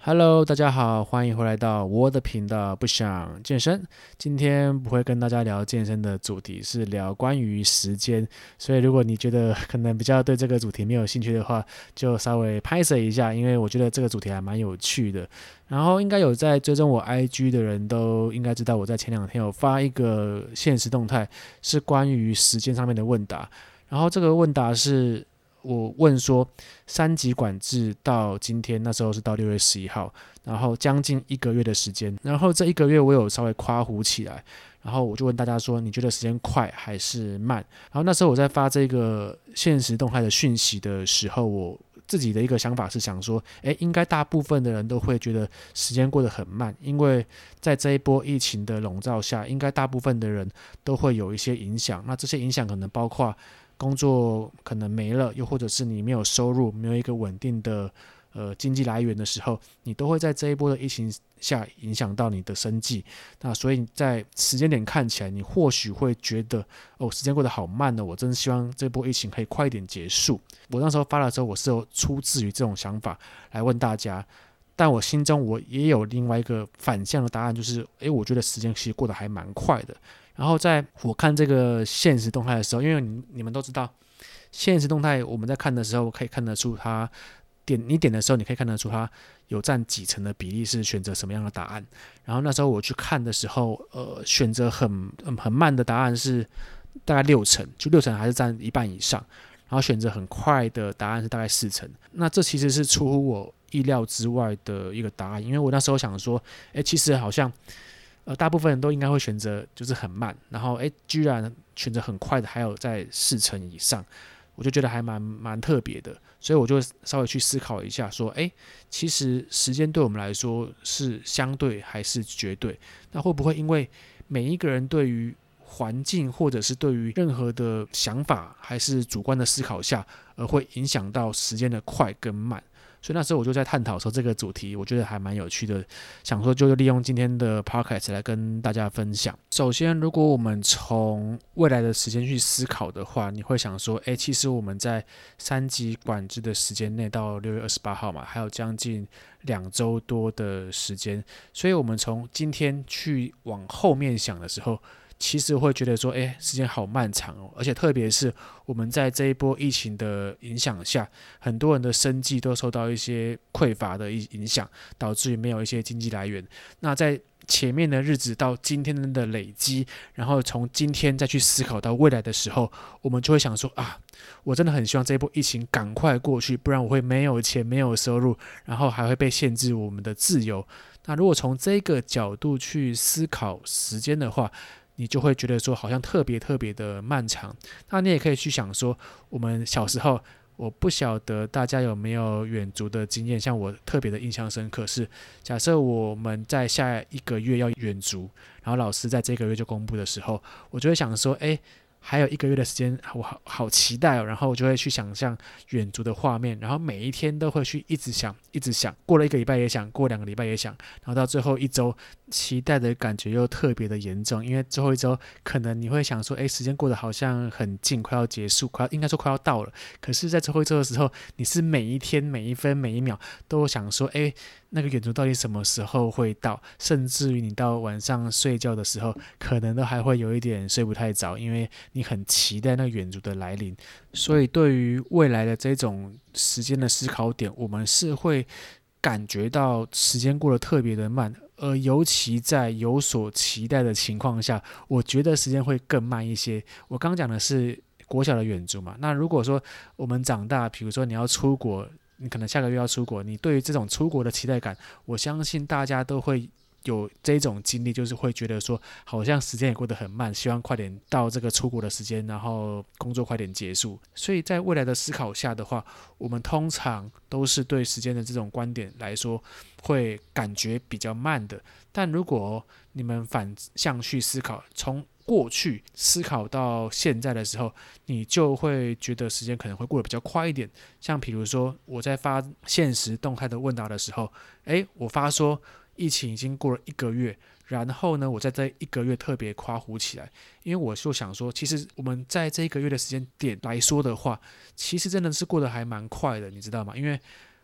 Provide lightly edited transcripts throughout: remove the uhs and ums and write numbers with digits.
Hello，大家好，欢迎回来到我的频道。不想健身，今天不会跟大家聊健身的主题，是聊关于时间。所以，如果你觉得可能比较对这个主题没有兴趣的话，就稍微拍摄一下，因为我觉得这个主题还蛮有趣的。然后，应该有在追踪我 IG 的人都应该知道，我在前2天有发一个现实动态，是关于时间上面的问答。然后，这个问答是我问说，3级管制到今天，那时候是到6月11号，然后将近1个月的时间，然后这1个月我有稍微夸胡起来，然后我就问大家说，你觉得时间快还是慢？然后那时候我在发这个现实动态的讯息的时候，我自己的一个想法是想说，应该大部分的人都会觉得时间过得很慢，因为在这一波疫情的笼罩下，应该大部分的人都会有一些影响。那这些影响可能包括工作可能没了，又或者是你没有收入，没有一个稳定的经济来源的时候，你都会在这一波的疫情下影响到你的生计。那所以在时间点看起来，你或许会觉得时间过得好慢呢，我真希望这波疫情可以快一点结束。我那时候发的时候，我是有出自于这种想法来问大家，但我心中我也有另外一个反向的答案，就是我觉得时间其实过得还蛮快的。然后在我看这个现实动态的时候，因为你们都知道，现实动态我们在看的时候可以看得出它你点的时候，你可以看得出它有占几成的比例是选择什么样的答案。然后那时候我去看的时候，选择很慢的答案是大概6成，就6成还是占一半以上。然后选择很快的答案是大概4成。那这其实是出乎我意料之外的一个答案，因为我那时候想说，其实好像大部分人都应该会选择就是很慢，然后居然选择很快的还有在4成以上，我就觉得还蛮特别的，所以我就稍微去思考一下，说，其实时间对我们来说是相对还是绝对？那会不会因为每一个人对于环境或者是对于任何的想法还是主观的思考下，而会影响到时间的快跟慢？所以那时候我就在探讨说这个主题，我觉得还蛮有趣的，想说就利用今天的 podcast 来跟大家分享。首先，如果我们从未来的时间去思考的话，你会想说，其实我们在3级管制的时间内到6月28号嘛，还有将近2周多的时间，所以我们从今天去往后面想的时候，其实会觉得说，时间好漫长哦，而且特别是我们在这一波疫情的影响下，很多人的生计都受到一些匮乏的影响，导致于没有一些经济来源。那在前面的日子到今天的累积，然后从今天再去思考到未来的时候，我们就会想说啊，我真的很希望这一波疫情赶快过去，不然我会没有钱、没有收入，然后还会被限制我们的自由。那如果从这个角度去思考时间的话，你就会觉得说好像特别特别的漫长。那你也可以去想说，我们小时候，我不晓得大家有没有远足的经验，像我特别的印象深刻是，假设我们在下一个月要远足，然后老师在这个月就公布的时候，我就会想说，还有1个月的时间，我好期待哦。然后我就会去想象远足的画面，然后每一天都会去一直想，一直想，过了1个礼拜也想，过2个礼拜也想，然后到最后1周，期待的感觉又特别的严重，因为最后1周可能你会想说，时间过得好像很近，快要结束，应该说快要到了。可是，在最后1周的时候，你是每一天、每一分、每一秒都想说，那个远足到底什么时候会到？甚至于你到晚上睡觉的时候，可能都还会有一点睡不太着，因为你很期待那个远足的来临。所以，对于未来的这种时间的思考点，我们是会感觉到时间过得特别的慢，而尤其在有所期待的情况下，我觉得时间会更慢一些。我刚讲的是国小的远足嘛，那如果说我们长大，比如说你要出国，你可能下个月要出国，你对于这种出国的期待感，我相信大家都会有这种经历，就是会觉得说好像时间也过得很慢，希望快点到这个出国的时间，然后工作快点结束。所以在未来的思考下的话，我们通常都是对时间的这种观点来说会感觉比较慢的。但如果你们反向去思考，从过去思考到现在的时候，你就会觉得时间可能会过得比较快一点。像比如说我在发现实动态的问答的时候，我发说疫情已经过了1个月，然后呢，我在这1个月特别夸胡起来，因为我就想说，其实我们在这1个月的时间点来说的话，其实真的是过得还蛮快的，你知道吗？因为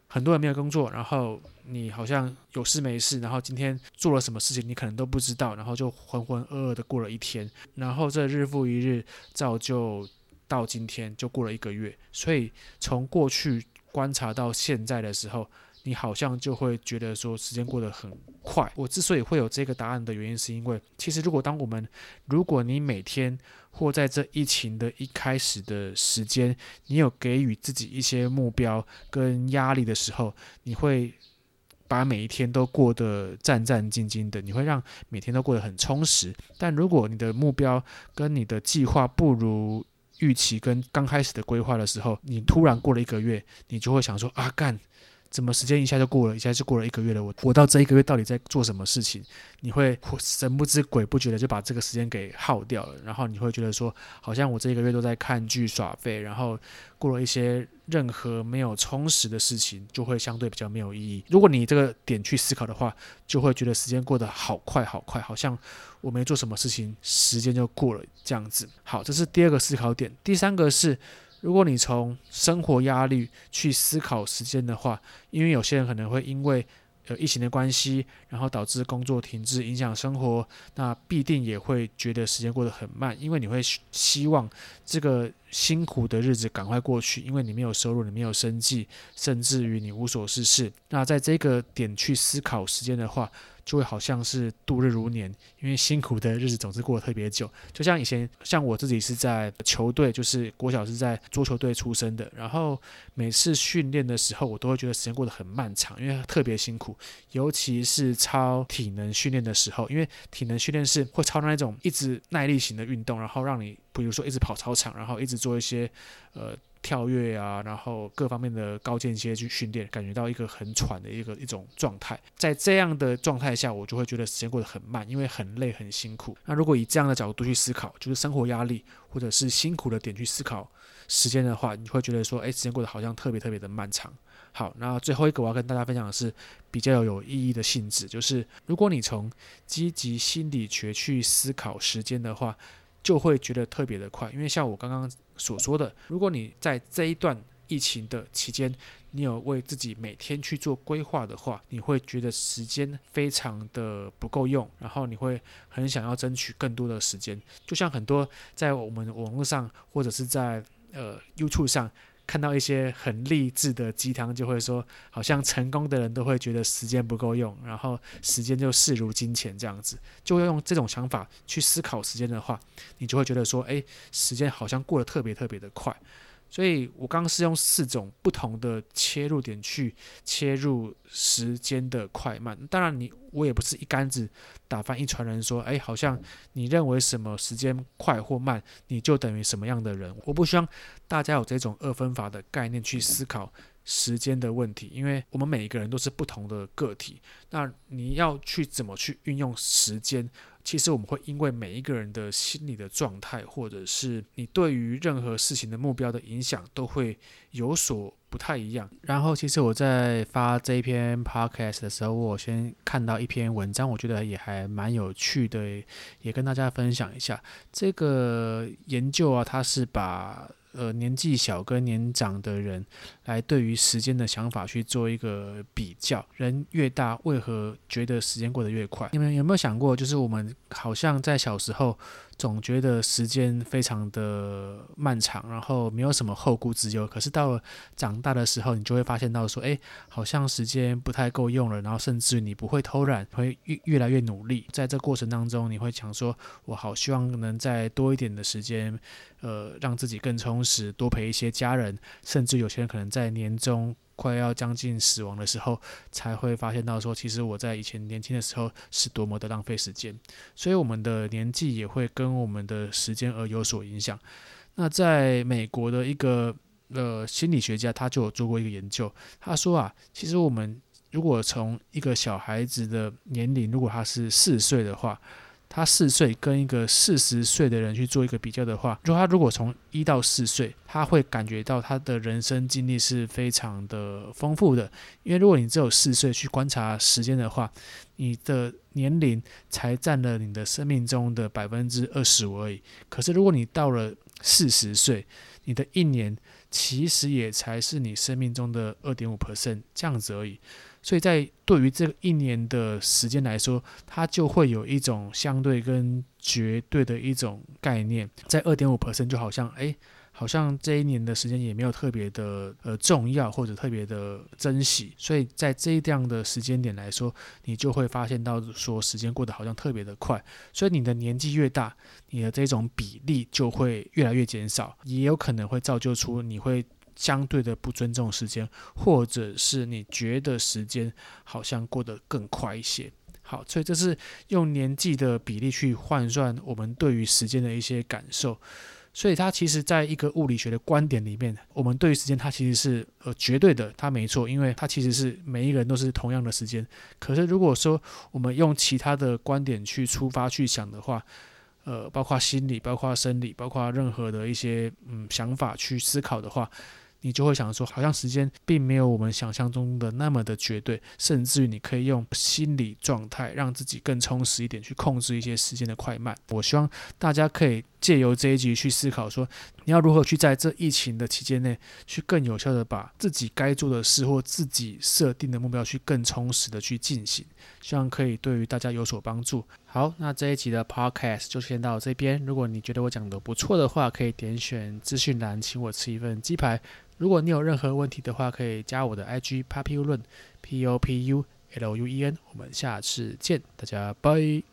很多人没有工作，然后你好像有事没事，然后今天做了什么事情你可能都不知道，然后就浑浑噩噩的过了一天，然后这日复一日，造就到今天就过了1个月，所以从过去观察到现在的时候，你好像就会觉得说时间过得很快。我之所以会有这个答案的原因，是因为其实如果你每天或在这疫情的一开始的时间，你有给予自己一些目标跟压力的时候，你会把每一天都过得战战兢兢的，你会让每天都过得很充实。但如果你的目标跟你的计划不如预期跟刚开始的规划的时候，你突然过了1个月，你就会想说啊干，怎么时间一下就过了1个月了？我到这1个月到底在做什么事情？你会神不知鬼不觉的就把这个时间给耗掉了，然后你会觉得说，好像我这1个月都在看剧耍废，然后过了一些任何没有充实的事情，就会相对比较没有意义。如果你这个点去思考的话，就会觉得时间过得好快好快，好像我没做什么事情，时间就过了这样子。好，这是第2个思考点。第3个是，如果你从生活压力去思考时间的话，因为有些人可能会因为疫情的关系，然后导致工作停滞，影响生活，那必定也会觉得时间过得很慢，因为你会希望这个辛苦的日子赶快过去，因为你没有收入，你没有生计，甚至于你无所事事。那在这个点去思考时间的话，就会好像是度日如年，因为辛苦的日子总是过得特别久。就像以前，像我自己是在球队，就是国小是在桌球队出身的，然后每次训练的时候，我都会觉得时间过得很漫长，因为特别辛苦，尤其是超体能训练的时候，因为体能训练是会超那种一直耐力型的运动，然后让你比如说一直跑操场，然后一直做一些跳跃啊，然后各方面的高间歇去训练，感觉到一个很喘的一种状态。在这样的状态下，我就会觉得时间过得很慢，因为很累很辛苦。那如果以这样的角度去思考，就是生活压力或者是辛苦的点去思考时间的话，你会觉得说，时间过得好像特别特别的漫长。好，那最后一个我要跟大家分享的是比较有意义的性质，就是如果你从积极心理学去思考时间的话，就会觉得特别的快。因为像我刚刚所说的，如果你在这一段疫情的期间，你有为自己每天去做规划的话，你会觉得时间非常的不够用，然后你会很想要争取更多的时间。就像很多在我们网络上或者是在YouTube 上看到一些很励志的鸡汤，就会说好像成功的人都会觉得时间不够用，然后时间就视如金钱这样子，就会用这种想法去思考时间的话，你就会觉得说，时间好像过得特别特别的快。所以我刚刚是用4种不同的切入点去切入时间的快慢。当然我也不是一竿子打翻一船人说，好像你认为什么时间快或慢，你就等于什么样的人。我不希望大家有这种2分法的概念去思考时间的问题，因为我们每一个人都是不同的个体。那你要去怎么去运用时间，其实我们会因为每一个人的心理的状态，或者是你对于任何事情的目标的影响，都会有所不太一样。然后其实我在发这一篇 podcast 的时候，我先看到一篇文章，我觉得也还蛮有趣的，也跟大家分享一下。这个研究啊，它是把年纪小跟年长的人来对于时间的想法去做一个比较，人越大为何觉得时间过得越快？你们有没有想过，就是我们好像在小时候总觉得时间非常的漫长，然后没有什么后顾之忧，可是到了长大的时候，你就会发现到说，好像时间不太够用了，然后甚至你不会偷懒，会越来越努力。在这过程当中，你会想说，我好希望能再多一点的时间让自己更充实，多陪一些家人，甚至有些人可能在年终快要将近死亡的时候，才会发现到说，其实我在以前年轻的时候是多么的浪费时间。所以我们的年纪也会跟我们的时间而有所影响。那在美国的一个心理学家，他就有做过一个研究，他说啊，其实我们如果从一个小孩子的年龄，如果他是4岁的话，他4岁跟一个40岁的人去做一个比较的话，他如果从1到4岁，他会感觉到他的人生经历是非常的丰富的。因为如果你只有4岁去观察时间的话，你的年龄才占了你的生命中的25%而已。可是如果你到了40岁，你的1年其实也才是你生命中的 2.5% 这样子而已。所以在对于这个1年的时间来说，它就会有一种相对跟绝对的一种概念，在 2.5% 就好像这1年的时间也没有特别的重要或者特别的珍惜，所以在这样的时间点来说，你就会发现到说时间过得好像特别的快，所以你的年纪越大，你的这种比例就会越来越减少，也有可能会造就出你会相对的不尊重时间，或者是你觉得时间好像过得更快一些。好，所以这是用年纪的比例去换算我们对于时间的一些感受。所以它其实在一个物理学的观点里面，我们对于时间它其实是绝对的，它没错，因为它其实是每一个人都是同样的时间。可是如果说我们用其他的观点去出发去想的话，包括心理、包括生理、包括任何的一些想法去思考的话，你就会想说，好像时间并没有我们想象中的那么的绝对，甚至于你可以用心理状态让自己更充实一点，去控制一些时间的快慢。我希望大家可以借由这一集去思考说，你要如何去在这疫情的期间内，去更有效的把自己该做的事或自己设定的目标去更充实的去进行，希望可以对于大家有所帮助。好，那这一集的 podcast 就先到这边。如果你觉得我讲的不错的话，可以点选资讯栏请我吃一份鸡排。如果你有任何问题的话，可以加我的 IG Populuen POPULUEN。我们下次见，大家拜。